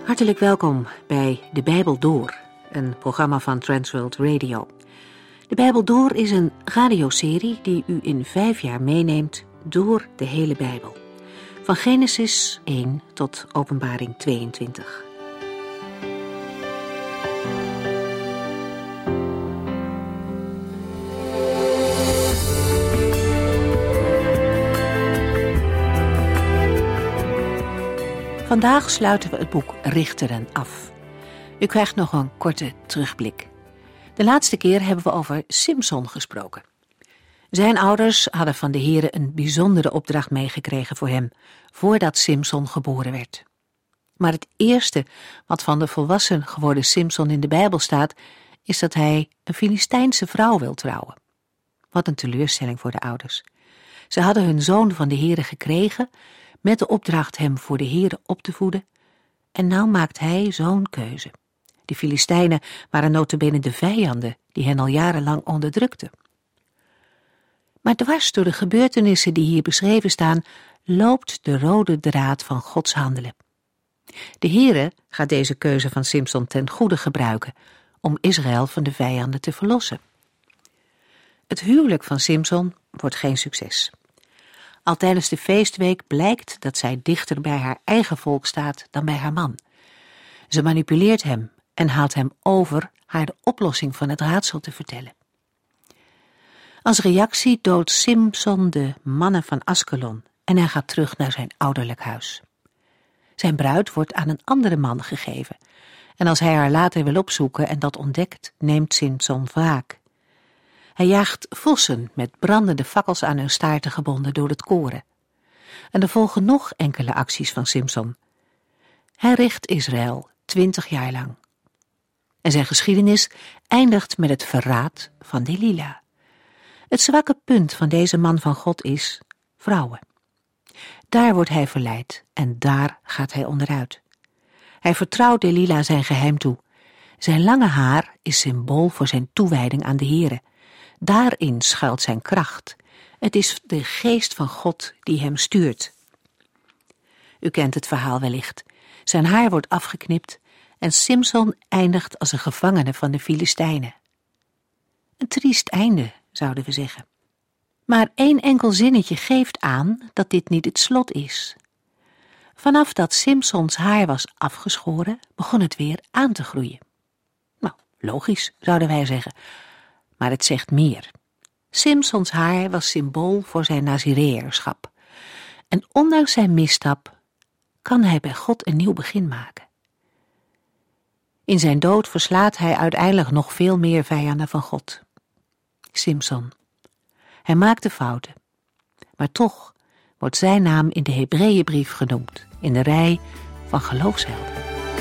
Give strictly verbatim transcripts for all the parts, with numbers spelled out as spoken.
Hartelijk welkom bij De Bijbel Door, een programma van Transworld Radio. De Bijbel Door is een radioserie die u in vijf jaar meeneemt door de hele Bijbel. Van Genesis één tot Openbaring tweeëntwintig. Vandaag sluiten we het boek Richteren af. U krijgt nog een korte terugblik. De laatste keer hebben we over Simson gesproken. Zijn ouders hadden van de Heere een bijzondere opdracht meegekregen voor hem, voordat Simson geboren werd. Maar het eerste wat van de volwassen geworden Simson in de Bijbel staat, is dat hij een Filistijnse vrouw wil trouwen. Wat een teleurstelling voor de ouders. Ze hadden hun zoon van de Heere gekregen, met de opdracht hem voor de Heere op te voeden, en nou maakt hij zo'n keuze. De Filistijnen waren nota bene de vijanden die hen al jarenlang onderdrukten. Maar dwars door de gebeurtenissen die hier beschreven staan, loopt de rode draad van Gods handelen. De Heere gaat deze keuze van Simson ten goede gebruiken om Israël van de vijanden te verlossen. Het huwelijk van Simson wordt geen succes. Al tijdens de feestweek blijkt dat zij dichter bij haar eigen volk staat dan bij haar man. Ze manipuleert hem en haalt hem over haar de oplossing van het raadsel te vertellen. Als reactie doodt Simson de mannen van Askelon en hij gaat terug naar zijn ouderlijk huis. Zijn bruid wordt aan een andere man gegeven en als hij haar later wil opzoeken en dat ontdekt, neemt Simson wraak. Hij jaagt vossen met brandende fakkels aan hun staarten gebonden door het koren. En er volgen nog enkele acties van Simson. Hij richt Israël twintig jaar lang. En zijn geschiedenis eindigt met het verraad van Delila. Het zwakke punt van deze man van God is vrouwen. Daar wordt hij verleid en daar gaat hij onderuit. Hij vertrouwt Delila zijn geheim toe. Zijn lange haar is symbool voor zijn toewijding aan de Heere. Daarin schuilt zijn kracht. Het is de geest van God die hem stuurt. U kent het verhaal wellicht. Zijn haar wordt afgeknipt en Simson eindigt als een gevangene van de Filistijnen. Een triest einde, zouden we zeggen. Maar één enkel zinnetje geeft aan dat dit niet het slot is. Vanaf dat Simsons haar was afgeschoren, begon het weer aan te groeien. Nou, logisch, zouden wij zeggen. Maar het zegt meer. Simsons haar was symbool voor zijn Nazireërschap. En ondanks zijn misstap kan hij bij God een nieuw begin maken. In zijn dood verslaat hij uiteindelijk nog veel meer vijanden van God. Simson. Hij maakte fouten. Maar toch wordt zijn naam in de Hebreeënbrief genoemd, in de rij van geloofshelden.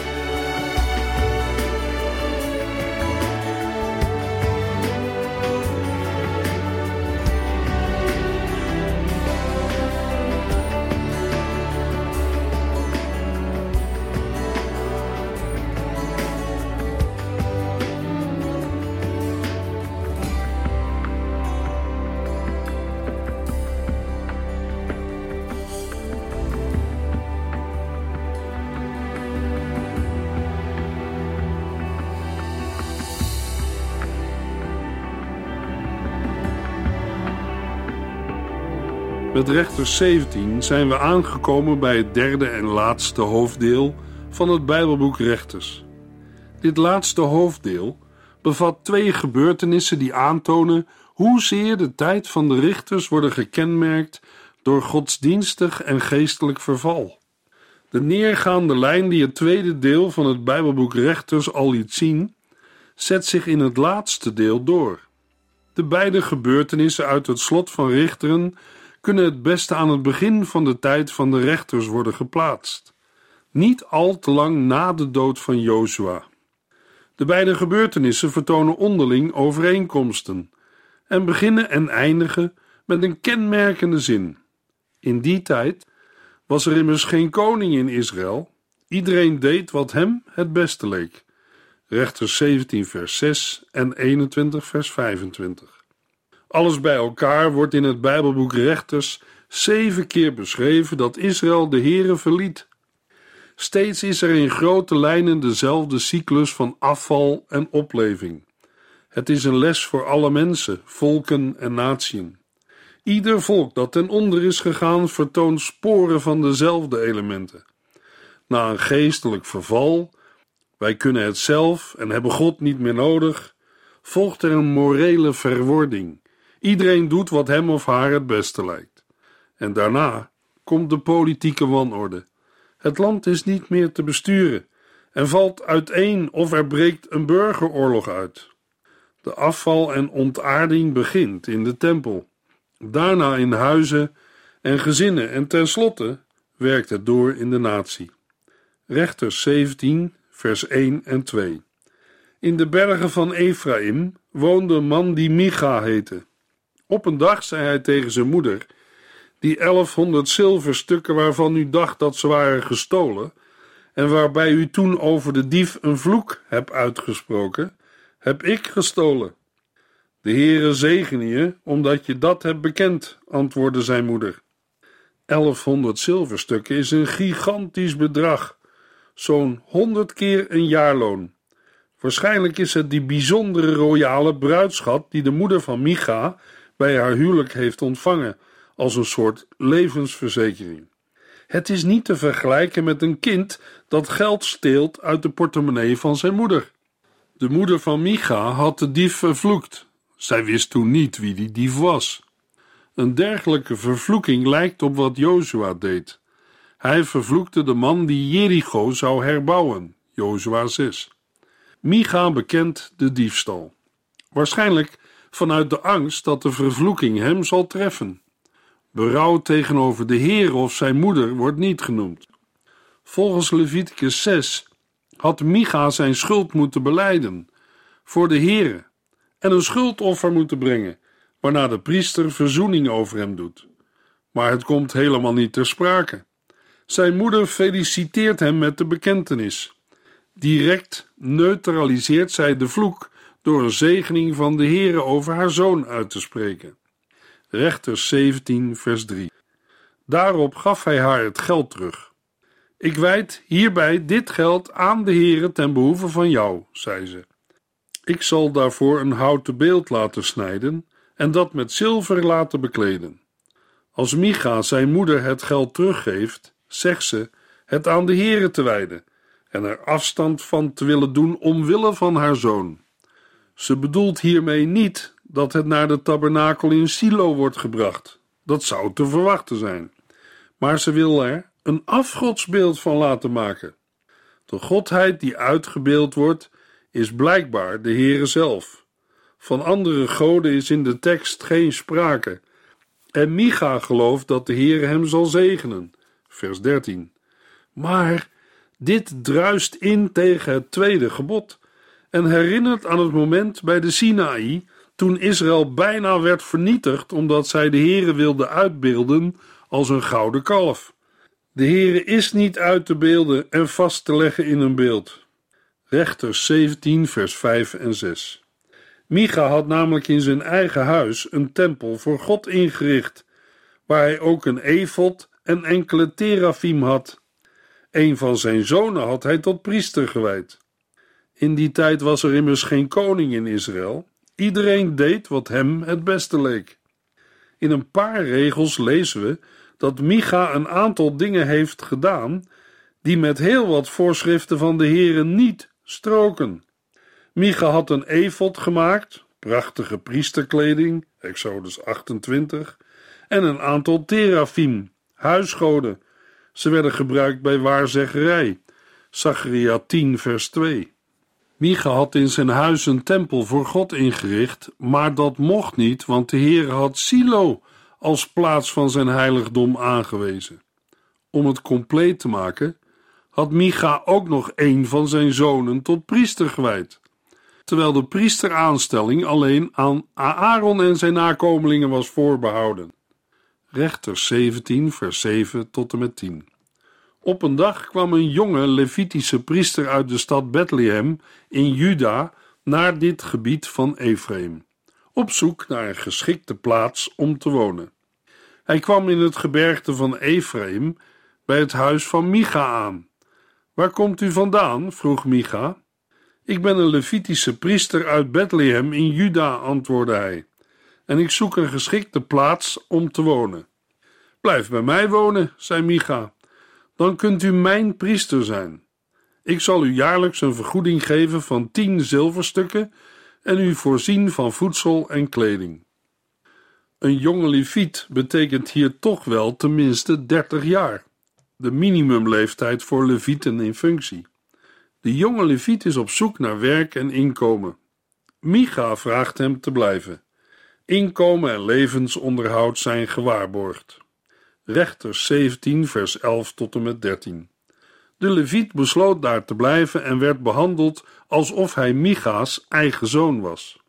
Met Rechters zeventien zijn we aangekomen bij het derde en laatste hoofddeel van het Bijbelboek Rechters. Dit laatste hoofddeel bevat twee gebeurtenissen die aantonen hoezeer de tijd van de richters worden gekenmerkt door godsdienstig en geestelijk verval. De neergaande lijn die het tweede deel van het Bijbelboek Rechters al liet zien, zet zich in het laatste deel door. De beide gebeurtenissen uit het slot van Richteren kunnen het beste aan het begin van de tijd van de rechters worden geplaatst. Niet al te lang na de dood van Jozua. De beide gebeurtenissen vertonen onderling overeenkomsten en beginnen en eindigen met een kenmerkende zin. In die tijd was er immers geen koning in Israël. Iedereen deed wat hem het beste leek. Rechters zeventien vers zes en eenentwintig vers vijfentwintig. Alles bij elkaar wordt in het Bijbelboek Rechters zeven keer beschreven dat Israël de Heere verliet. Steeds is er in grote lijnen dezelfde cyclus van afval en opleving. Het is een les voor alle mensen, volken en natieën. Ieder volk dat ten onder is gegaan vertoont sporen van dezelfde elementen. Na een geestelijk verval, wij kunnen het zelf en hebben God niet meer nodig, volgt er een morele verwording. Iedereen doet wat hem of haar het beste lijkt. En daarna komt de politieke wanorde. Het land is niet meer te besturen en valt uiteen of er breekt een burgeroorlog uit. De afval en ontaarding begint in de tempel, daarna in huizen en gezinnen en tenslotte werkt het door in de natie. Rechters zeventien, vers één en twee. In de bergen van Efraïm woonde een man die Micha heette. Op een dag zei hij tegen zijn moeder: die elfhonderd zilverstukken waarvan u dacht dat ze waren gestolen en waarbij u toen over de dief een vloek hebt uitgesproken, heb ik gestolen. De Heere zegene je, omdat je dat hebt bekend, antwoordde zijn moeder. Elfhonderd zilverstukken is een gigantisch bedrag, zo'n honderd keer een jaarloon. Waarschijnlijk is het die bijzondere royale bruidschat die de moeder van Micha bij haar huwelijk heeft ontvangen, als een soort levensverzekering. Het is niet te vergelijken met een kind dat geld steelt uit de portemonnee van zijn moeder. De moeder van Micha had de dief vervloekt. Zij wist toen niet wie die dief was. Een dergelijke vervloeking lijkt op wat Jozua deed. Hij vervloekte de man die Jericho zou herbouwen, Jozua zes. Micha bekent de diefstal. Waarschijnlijk vanuit de angst dat de vervloeking hem zal treffen. Berouw tegenover de Heer of zijn moeder wordt niet genoemd. Volgens Leviticus zes had Micha zijn schuld moeten belijden voor de Heere en een schuldoffer moeten brengen, waarna de priester verzoening over hem doet. Maar het komt helemaal niet ter sprake. Zijn moeder feliciteert hem met de bekentenis. Direct neutraliseert zij de vloek door een zegening van de Heere over haar zoon uit te spreken. Rechters zeventien, vers drie. Daarop gaf hij haar het geld terug. Ik wijd hierbij dit geld aan de Heere ten behoeve van jou, zei ze. Ik zal daarvoor een houten beeld laten snijden en dat met zilver laten bekleden. Als Micha zijn moeder het geld teruggeeft, zegt ze het aan de Heere te wijden en er afstand van te willen doen omwille van haar zoon. Ze bedoelt hiermee niet dat het naar de tabernakel in Silo wordt gebracht. Dat zou te verwachten zijn. Maar ze wil er een afgodsbeeld van laten maken. De godheid die uitgebeeld wordt, is blijkbaar de Heere zelf. Van andere goden is in de tekst geen sprake. En Micha gelooft dat de Heere hem zal zegenen. Vers dertien. Maar dit druist in tegen het tweede gebod en herinnert aan het moment bij de Sinaï, toen Israël bijna werd vernietigd omdat zij de Heere wilde uitbeelden als een gouden kalf. De Heere is niet uit te beelden en vast te leggen in een beeld. Rechters zeventien, vers vijf en zes. Micha had namelijk in zijn eigen huis een tempel voor God ingericht, waar hij ook een efod en enkele terafim had. Een van zijn zonen had hij tot priester gewijd. In die tijd was er immers geen koning in Israël. Iedereen deed wat hem het beste leek. In een paar regels lezen we dat Micha een aantal dingen heeft gedaan die met heel wat voorschriften van de Heere niet stroken. Micha had een efod gemaakt, prachtige priesterkleding, Exodus achtentwintig, en een aantal terafim, huisgoden. Ze werden gebruikt bij waarzeggerij, Zacharia tien, vers twee. Micha had in zijn huis een tempel voor God ingericht, maar dat mocht niet, want de Heere had Silo als plaats van zijn heiligdom aangewezen. Om het compleet te maken, had Micha ook nog een van zijn zonen tot priester gewijd, terwijl de priesteraanstelling alleen aan Aaron en zijn nakomelingen was voorbehouden. Rechters zeventien, vers zeven tot en met tien. Op een dag kwam een jonge Levitische priester uit de stad Bethlehem in Juda naar dit gebied van Efraïm, op zoek naar een geschikte plaats om te wonen. Hij kwam in het gebergte van Efraïm bij het huis van Micha aan. Waar komt u vandaan? Vroeg Micha. Ik ben een Levitische priester uit Bethlehem in Juda, antwoordde hij, en ik zoek een geschikte plaats om te wonen. Blijf bij mij wonen, zei Micha, dan kunt u mijn priester zijn. Ik zal u jaarlijks een vergoeding geven van tien zilverstukken en u voorzien van voedsel en kleding. Een jonge leviet betekent hier toch wel tenminste dertig jaar, de minimumleeftijd voor levieten in functie. De jonge leviet is op zoek naar werk en inkomen. Micha vraagt hem te blijven. Inkomen en levensonderhoud zijn gewaarborgd. Rechters zeventien vers elf tot en met dertien. De leviet besloot daar te blijven en werd behandeld alsof hij Micha's eigen zoon was.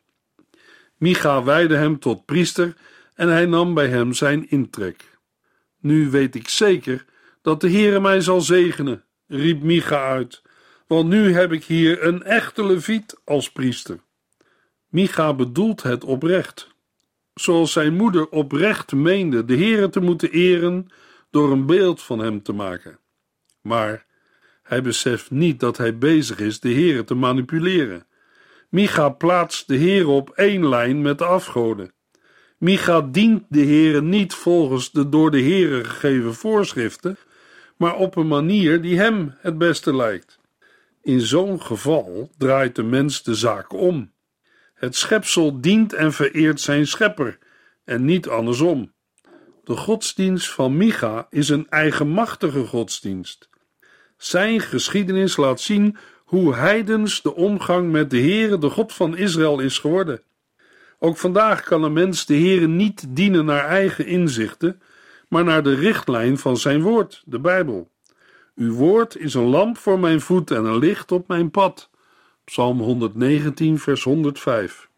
Micha wijdde hem tot priester en hij nam bij hem zijn intrek. Nu weet ik zeker dat de Heere mij zal zegenen, riep Micha uit, want nu heb ik hier een echte leviet als priester. Micha bedoelt het oprecht, zoals zijn moeder oprecht meende de Heere te moeten eren door een beeld van hem te maken. Maar hij beseft niet dat hij bezig is de Heere te manipuleren. Micha plaatst de Heere op één lijn met de afgoden. Micha dient de Heere niet volgens de door de Heere gegeven voorschriften, maar op een manier die hem het beste lijkt. In zo'n geval draait de mens de zaak om. Het schepsel dient en vereert zijn schepper en niet andersom. De godsdienst van Micha is een eigenmachtige godsdienst. Zijn geschiedenis laat zien hoe heidens de omgang met de Heere, de God van Israël, is geworden. Ook vandaag kan een mens de Heere niet dienen naar eigen inzichten, maar naar de richtlijn van zijn woord, de Bijbel. Uw woord is een lamp voor mijn voet en een licht op mijn pad. Psalm honderdnegentien, vers honderdvijf.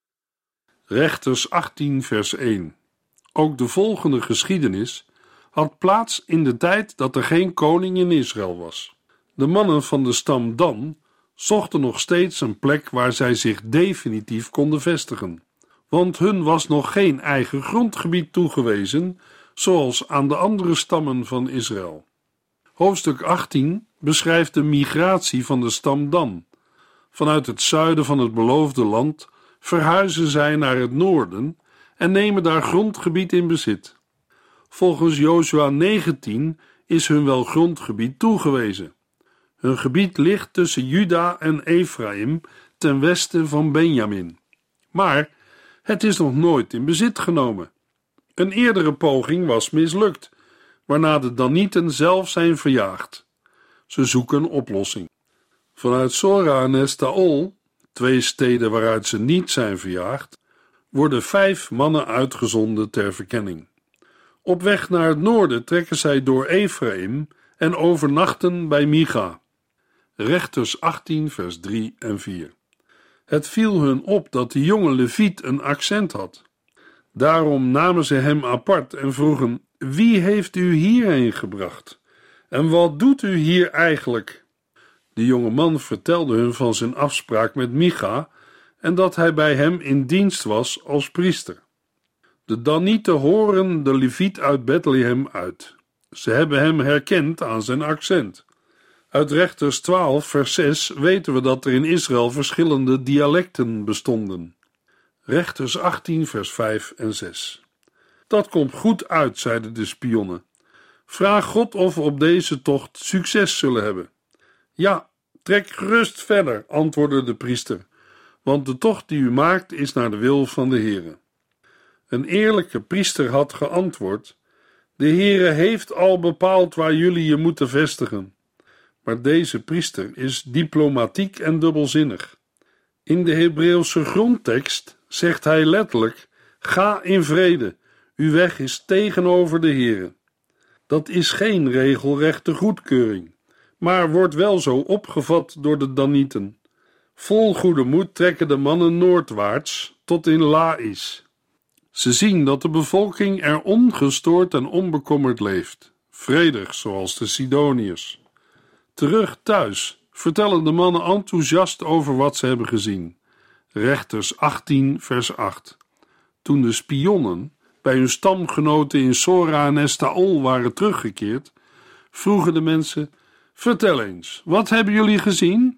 Rechters achttien, vers één. Ook de volgende geschiedenis had plaats in de tijd dat er geen koning in Israël was. De mannen van de stam Dan zochten nog steeds een plek waar zij zich definitief konden vestigen, want hun was nog geen eigen grondgebied toegewezen, zoals aan de andere stammen van Israël. Hoofdstuk achttien beschrijft de migratie van de stam Dan. Vanuit het zuiden van het beloofde land verhuizen zij naar het noorden en nemen daar grondgebied in bezit. Volgens Jozua negentien is hun wel grondgebied toegewezen. Hun gebied ligt tussen Juda en Efraïm ten westen van Benjamin. Maar het is nog nooit in bezit genomen. Een eerdere poging was mislukt, waarna de Danieten zelf zijn verjaagd. Ze zoeken een oplossing. Vanuit Zora en Estaol, twee steden waaruit ze niet zijn verjaagd, worden vijf mannen uitgezonden ter verkenning. Op weg naar het noorden trekken zij door Efraïm en overnachten bij Micha. Rechters achttien, vers drie en vier. Het viel hun op dat de jonge leviet een accent had. Daarom namen ze hem apart en vroegen: wie heeft u hierheen gebracht? En wat doet u hier eigenlijk? De jonge man vertelde hun van zijn afspraak met Micha en dat hij bij hem in dienst was als priester. De Danieten horen de leviet uit Bethlehem uit. Ze hebben hem herkend aan zijn accent. Uit Rechters twaalf, vers zes weten we dat er in Israël verschillende dialecten bestonden. Rechters achttien, vers vijf en zes. Dat komt goed uit, zeiden de spionnen. Vraag God of we op deze tocht succes zullen hebben. Ja, trek gerust verder, antwoordde de priester, want de tocht die u maakt is naar de wil van de Heere. Een eerlijke priester had geantwoord: de Heere heeft al bepaald waar jullie je moeten vestigen. Maar deze priester is diplomatiek en dubbelzinnig. In de Hebreeuwse grondtekst zegt hij letterlijk: ga in vrede, uw weg is tegenover de Heere. Dat is geen regelrechte goedkeuring, maar wordt wel zo opgevat door de Danieten. Vol goede moed trekken de mannen noordwaarts tot in Laïs. Ze zien dat de bevolking er ongestoord en onbekommerd leeft, vredig zoals de Sidoniërs. Terug thuis vertellen de mannen enthousiast over wat ze hebben gezien. Rechters achttien, vers acht. Toen de spionnen bij hun stamgenoten in Zora en Estaol waren teruggekeerd, vroegen de mensen: Vertel eens, wat hebben jullie gezien?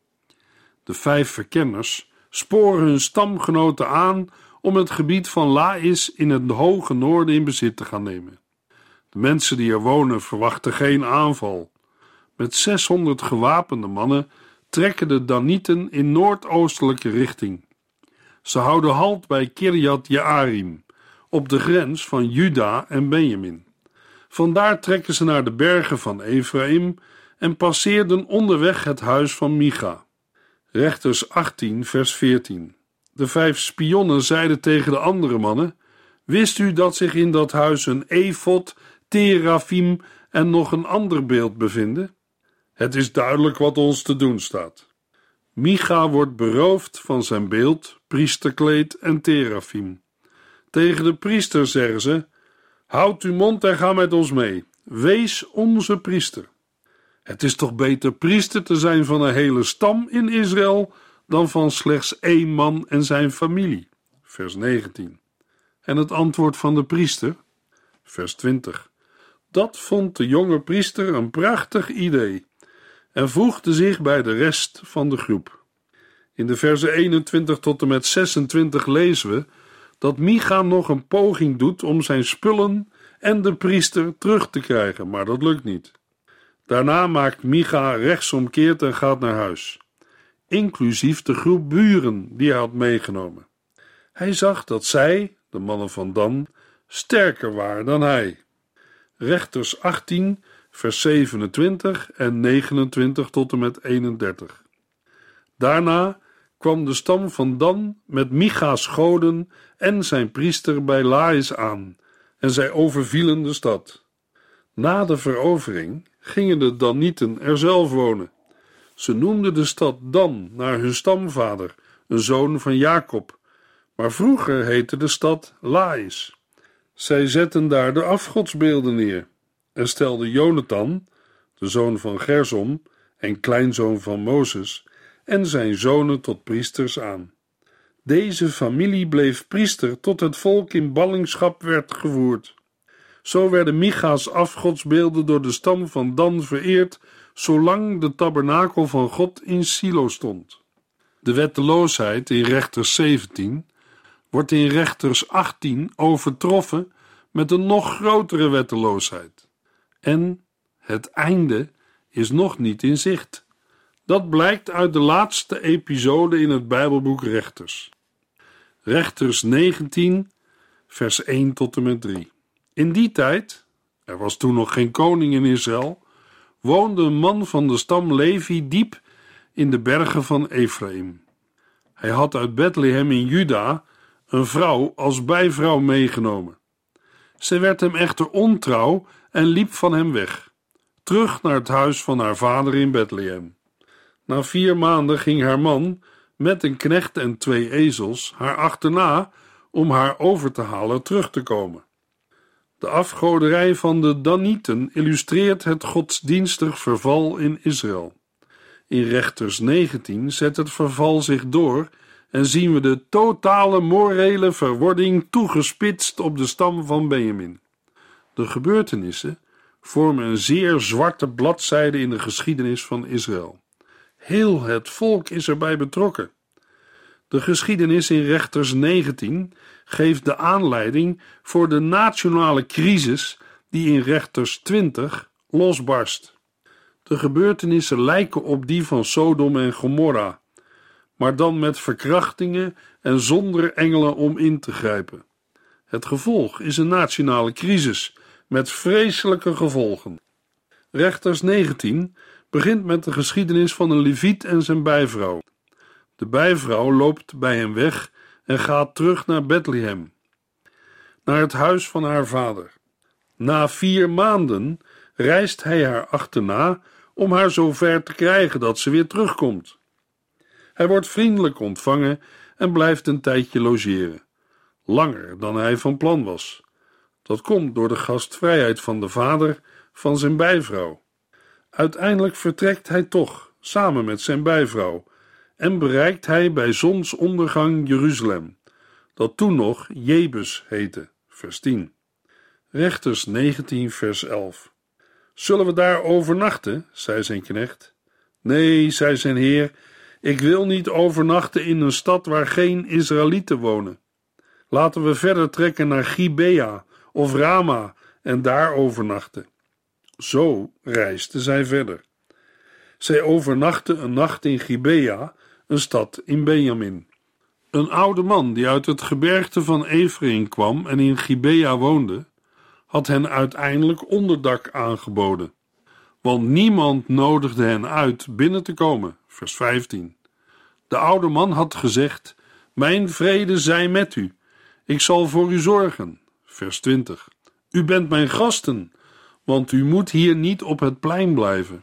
De vijf verkenners sporen hun stamgenoten aan om het gebied van Lais in het hoge noorden in bezit te gaan nemen. De mensen die er wonen verwachten geen aanval. Met zeshonderd gewapende mannen trekken de Danieten in noordoostelijke richting. Ze houden halt bij Kirjat Jearim, op de grens van Juda en Benjamin. Vandaar trekken ze naar de bergen van Efraïm en passeerden onderweg het huis van Micha. Rechters achttien, vers veertien. De vijf spionnen zeiden tegen de andere mannen: wist u dat zich in dat huis een efod, terafim en nog een ander beeld bevinden? Het is duidelijk wat ons te doen staat. Micha wordt beroofd van zijn beeld, priesterkleed en terafim. Tegen de priester zeggen ze: houd uw mond en ga met ons mee. Wees onze priester. Het is toch beter priester te zijn van een hele stam in Israël dan van slechts één man en zijn familie. Vers negentien. En het antwoord van de priester? Vers twintig. Dat vond de jonge priester een prachtig idee en voegde zich bij de rest van de groep. In de versen eenentwintig tot en met zesentwintig lezen we dat Micha nog een poging doet om zijn spullen en de priester terug te krijgen, maar dat lukt niet. Daarna maakt Micha rechtsomkeert en gaat naar huis, inclusief de groep buren die hij had meegenomen. Hij zag dat zij, de mannen van Dan, sterker waren dan hij. Rechters achttien, vers zevenentwintig en negenentwintig tot en met eenendertig. Daarna kwam de stam van Dan met Micha's goden en zijn priester bij Lais aan, en zij overvielen de stad. Na de verovering gingen de Danieten er zelf wonen. Ze noemden de stad Dan naar hun stamvader, een zoon van Jacob, maar vroeger heette de stad Lais. Zij zetten daar de afgodsbeelden neer en stelden Jonathan, de zoon van Gersom en kleinzoon van Mozes, en zijn zonen tot priesters aan. Deze familie bleef priester tot het volk in ballingschap werd gevoerd. Zo werden Micha's afgodsbeelden door de stam van Dan vereerd, zolang de tabernakel van God in Silo stond. De wetteloosheid in Rechters zeventien wordt in Rechters achttien overtroffen met een nog grotere wetteloosheid. En het einde is nog niet in zicht. Dat blijkt uit de laatste episode in het Bijbelboek Rechters. Rechters negentien, vers één tot en met drie. In die tijd, er was toen nog geen koning in Israël, woonde een man van de stam Levi diep in de bergen van Efraïm. Hij had uit Bethlehem in Juda een vrouw als bijvrouw meegenomen. Zij werd hem echter ontrouw en liep van hem weg, terug naar het huis van haar vader in Bethlehem. Na vier maanden ging haar man met een knecht en twee ezels haar achterna om haar over te halen terug te komen. De afgoderij van de Danieten illustreert het godsdienstig verval in Israël. In Rechters negentien zet het verval zich door en zien we de totale morele verwording toegespitst op de stam van Benjamin. De gebeurtenissen vormen een zeer zwarte bladzijde in de geschiedenis van Israël. Heel het volk is erbij betrokken. De geschiedenis in Rechters negentien geeft de aanleiding voor de nationale crisis die in Rechters twintig losbarst. De gebeurtenissen lijken op die van Sodom en Gomorra, maar dan met verkrachtingen en zonder engelen om in te grijpen. Het gevolg is een nationale crisis met vreselijke gevolgen. Rechters negentien begint met de geschiedenis van een leviet en zijn bijvrouw. De bijvrouw loopt bij hem weg en gaat terug naar Bethlehem, naar het huis van haar vader. Na vier maanden reist hij haar achterna om haar zover te krijgen dat ze weer terugkomt. Hij wordt vriendelijk ontvangen en blijft een tijdje logeren, langer dan hij van plan was. Dat komt door de gastvrijheid van de vader van zijn bijvrouw. Uiteindelijk vertrekt hij toch, samen met zijn bijvrouw, en bereikt hij bij zonsondergang Jeruzalem, dat toen nog Jebus heette, vers tien. Rechters negentien, vers elf. Zullen we daar overnachten? Zei zijn knecht. Nee, zei zijn heer, ik wil niet overnachten in een stad waar geen Israëlieten wonen. Laten we verder trekken naar Gibea of Rama en daar overnachten. Zo reisden zij verder. Zij overnachten een nacht in Gibea, een stad in Benjamin. Een oude man die uit het gebergte van Efraïm kwam en in Gibea woonde, had hen uiteindelijk onderdak aangeboden. Want niemand nodigde hen uit binnen te komen. Vers vijftien. De oude man had gezegd: mijn vrede zij met u. Ik zal voor u zorgen. Vers twintig. U bent mijn gasten, want u moet hier niet op het plein blijven.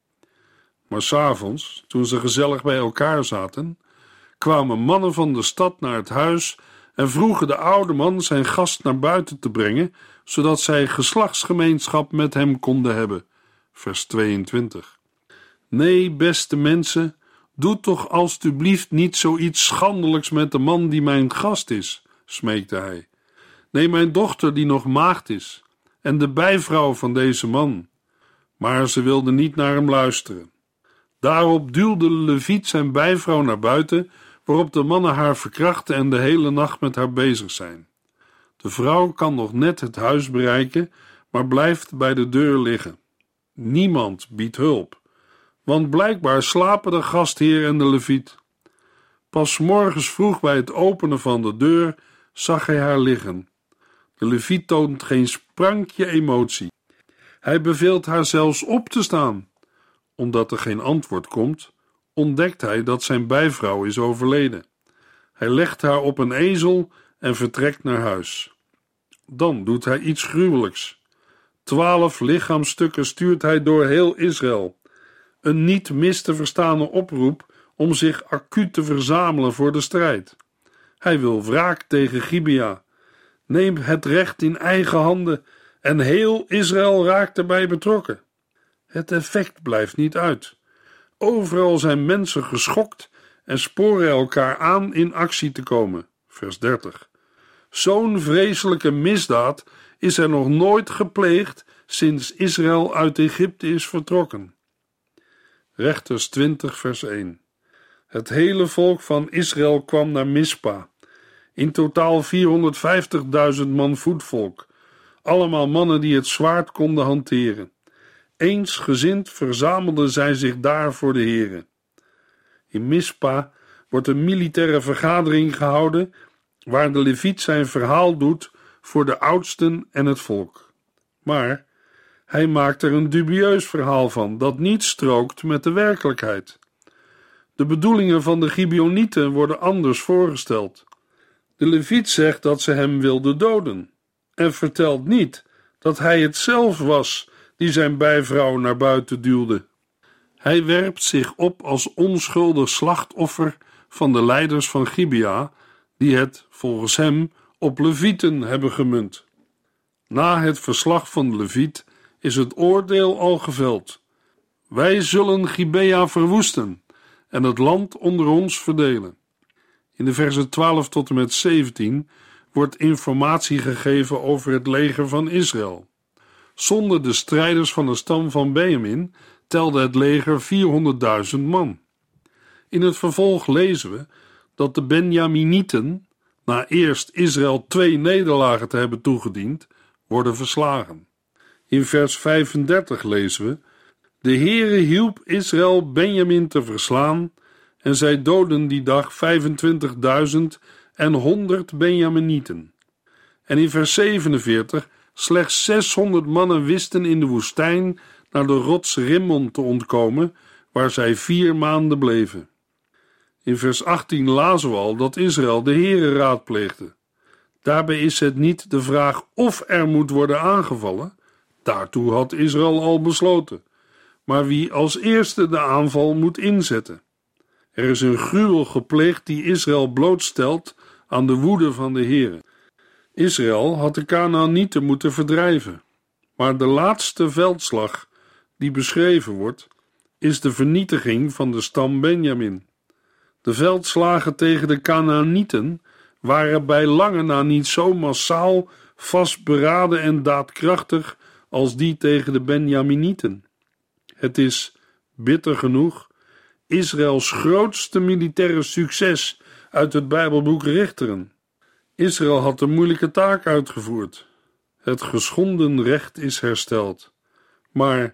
Maar 's avonds, toen ze gezellig bij elkaar zaten, kwamen mannen van de stad naar het huis en vroegen de oude man zijn gast naar buiten te brengen, zodat zij geslachtsgemeenschap met hem konden hebben. Vers tweeëntwintig. Nee, beste mensen, doe toch alstublieft niet zoiets schandelijks met de man die mijn gast is, smeekte hij. Nee, mijn dochter die nog maagd is, en de bijvrouw van deze man. Maar ze wilde niet naar hem luisteren. Daarop duwde de leviet zijn bijvrouw naar buiten, waarop de mannen haar verkrachten en de hele nacht met haar bezig zijn. De vrouw kan nog net het huis bereiken, maar blijft bij de deur liggen. Niemand biedt hulp, want blijkbaar slapen de gastheer en de leviet. Pas 's morgens vroeg bij het openen van de deur zag hij haar liggen. De leviet toont geen sprankje emotie. Hij beveelt haar zelfs op te staan. Omdat er geen antwoord komt, ontdekt hij dat zijn bijvrouw is overleden. Hij legt haar op een ezel en vertrekt naar huis. Dan doet hij iets gruwelijks. Twaalf lichaamstukken stuurt hij door heel Israël. Een niet mis te verstaande oproep om zich acuut te verzamelen voor de strijd. Hij wil wraak tegen Gibea. Neem het recht in eigen handen en heel Israël raakt erbij betrokken. Het effect blijft niet uit. Overal zijn mensen geschokt en sporen elkaar aan in actie te komen. Vers dertig. Zo'n vreselijke misdaad is er nog nooit gepleegd sinds Israël uit Egypte is vertrokken. Rechters twintig vers één. Het hele volk van Israël kwam naar Mispa. In totaal vierhonderdvijftigduizend man voetvolk. Allemaal mannen die het zwaard konden hanteren. Eensgezind verzamelden zij zich daar voor de Here. In Mispa wordt een militaire vergadering gehouden waar de leviet zijn verhaal doet voor de oudsten en het volk. Maar hij maakt er een dubieus verhaal van dat niet strookt met de werkelijkheid. De bedoelingen van de Gibeonieten worden anders voorgesteld. De leviet zegt dat ze hem wilden doden en vertelt niet dat hij het zelf was die zijn bijvrouw naar buiten duwde. Hij werpt zich op als onschuldig slachtoffer van de leiders van Gibea, die het, volgens hem, op levieten hebben gemunt. Na het verslag van de leviet is het oordeel al geveld. Wij zullen Gibea verwoesten en het land onder ons verdelen. In de versen twaalf tot en met zeventien wordt informatie gegeven over het leger van Israël. Zonder de strijders van de stam van Benjamin telde het leger vierhonderdduizend man. In het vervolg lezen we dat de Benjaminieten, na eerst Israël twee nederlagen te hebben toegediend, worden verslagen. In vers vijfendertig lezen we: de Heere hielp Israël Benjamin te verslaan en zij doden die dag vijfentwintigduizend en honderd Benjaminieten. En in vers zevenenveertig: slechts zeshonderd mannen wisten in de woestijn naar de rots Rimmon te ontkomen, waar zij vier maanden bleven. In vers achttien lazen we al dat Israël de Heere raadpleegde. Daarbij is het niet de vraag of er moet worden aangevallen, daartoe had Israël al besloten, maar wie als eerste de aanval moet inzetten. Er is een gruwel gepleegd die Israël blootstelt aan de woede van de Heere. Israël had de Kanaanieten moeten verdrijven, maar de laatste veldslag die beschreven wordt, is de vernietiging van de stam Benjamin. De veldslagen tegen de Kanaanieten waren bij lange na niet zo massaal, vastberaden en daadkrachtig als die tegen de Benjaminieten. Het is, bitter genoeg, Israëls grootste militaire succes uit het Bijbelboek Richteren. Israël had een moeilijke taak uitgevoerd. Het geschonden recht is hersteld. Maar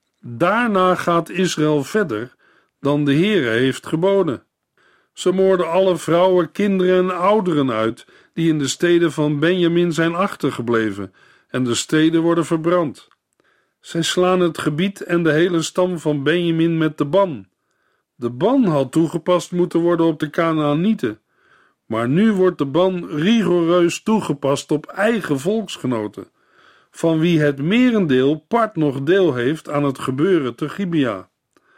daarna gaat Israël verder dan de Heere heeft geboden. Ze moorden alle vrouwen, kinderen en ouderen uit die in de steden van Benjamin zijn achtergebleven, en de steden worden verbrand. Zij slaan het gebied en de hele stam van Benjamin met de ban. De ban had toegepast moeten worden op de Kanaanieten, maar nu wordt de ban rigoureus toegepast op eigen volksgenoten, van wie het merendeel part nog deel heeft aan het gebeuren te Gibea.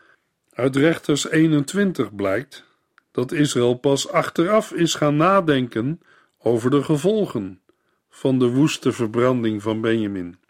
Uit Rechters eenentwintig blijkt dat Israël pas achteraf is gaan nadenken over de gevolgen van de woeste verbranding van Benjamin.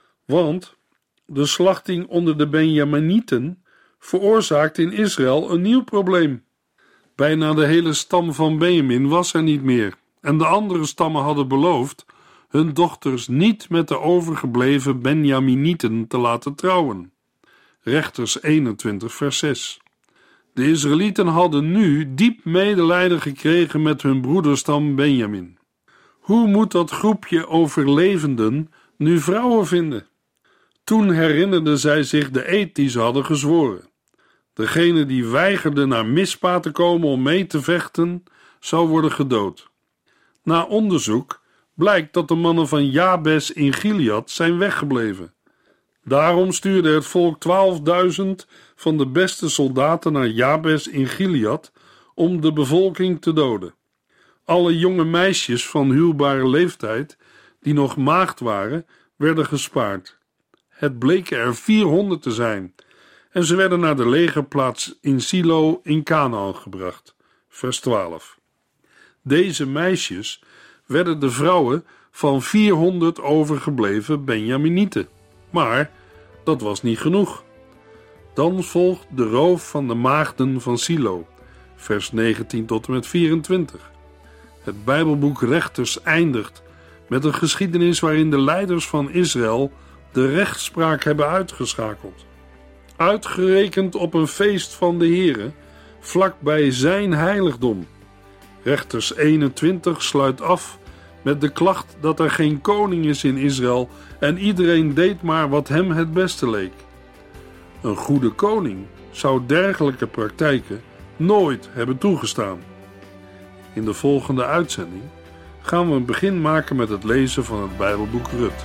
Want de slachting onder de Benjaminieten veroorzaakt in Israël een nieuw probleem. Bijna de hele stam van Benjamin was er niet meer, en de andere stammen hadden beloofd hun dochters niet met de overgebleven Benjaminieten te laten trouwen. Rechters eenentwintig vers zes. De Israëlieten hadden nu diep medelijden gekregen met hun broederstam Benjamin. Hoe moet dat groepje overlevenden nu vrouwen vinden? Toen herinnerden zij zich de eed die ze hadden gezworen. Degene die weigerde naar Mispa te komen om mee te vechten, zou worden gedood. Na onderzoek blijkt dat de mannen van Jabes in Gilead zijn weggebleven. Daarom stuurde het volk twaalfduizend van de beste soldaten naar Jabes in Gilead om de bevolking te doden. Alle jonge meisjes van huwbare leeftijd die nog maagd waren, werden gespaard. Het bleken er vierhonderd te zijn en ze werden naar de legerplaats in Silo in Kanaan gebracht. Vers twaalf. Deze meisjes werden de vrouwen van vierhonderd overgebleven Benjaminieten. Maar dat was niet genoeg. Dan volgt de roof van de maagden van Silo, vers negentien tot en met vierentwintig. Het Bijbelboek Rechters eindigt met een geschiedenis waarin de leiders van Israël de rechtspraak hebben uitgeschakeld. Uitgerekend op een feest van de Heere, vlak bij zijn heiligdom. Rechters eenentwintig sluit af met de klacht dat er geen koning is in Israël en iedereen deed maar wat hem het beste leek. Een goede koning zou dergelijke praktijken nooit hebben toegestaan. In de volgende uitzending gaan we een begin maken met het lezen van het Bijbelboek Rut.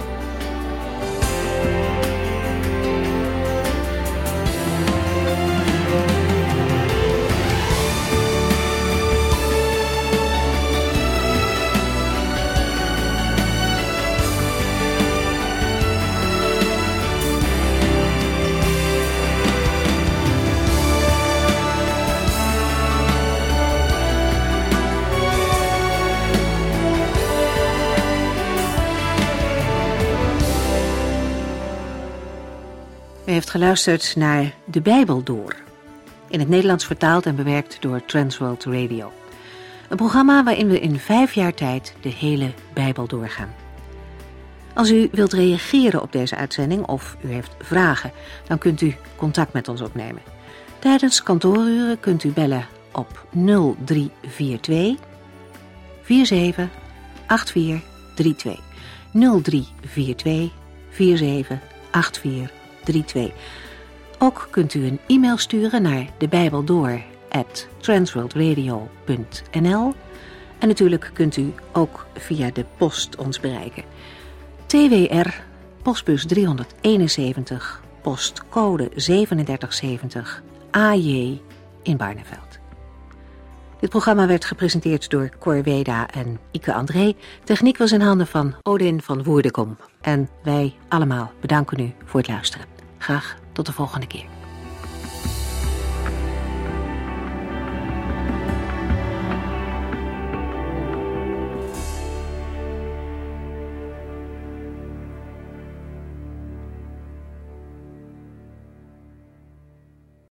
U heeft geluisterd naar De Bijbel Door, in het Nederlands vertaald en bewerkt door Transworld Radio. Een programma waarin we in vijf jaar tijd de hele Bijbel doorgaan. Als u wilt reageren op deze uitzending of u heeft vragen, dan kunt u contact met ons opnemen. Tijdens kantooruren kunt u bellen op nul drie vier twee vier zeven acht vier drie twee. nul drie vier twee vier zeven acht vier drie twee. Ook kunt u een e-mail sturen naar debijbeldoor at transworldradio punt n l en natuurlijk kunt u ook via de post ons bereiken. T W R, postbus driehonderdeenenzeventig, postcode zevenendertig zeventig, A J in Barneveld. Dit programma werd gepresenteerd door Cor Weda en Ike André. Techniek was in handen van Odin van Woerdekom. En wij allemaal bedanken u voor het luisteren. Graag tot de volgende keer.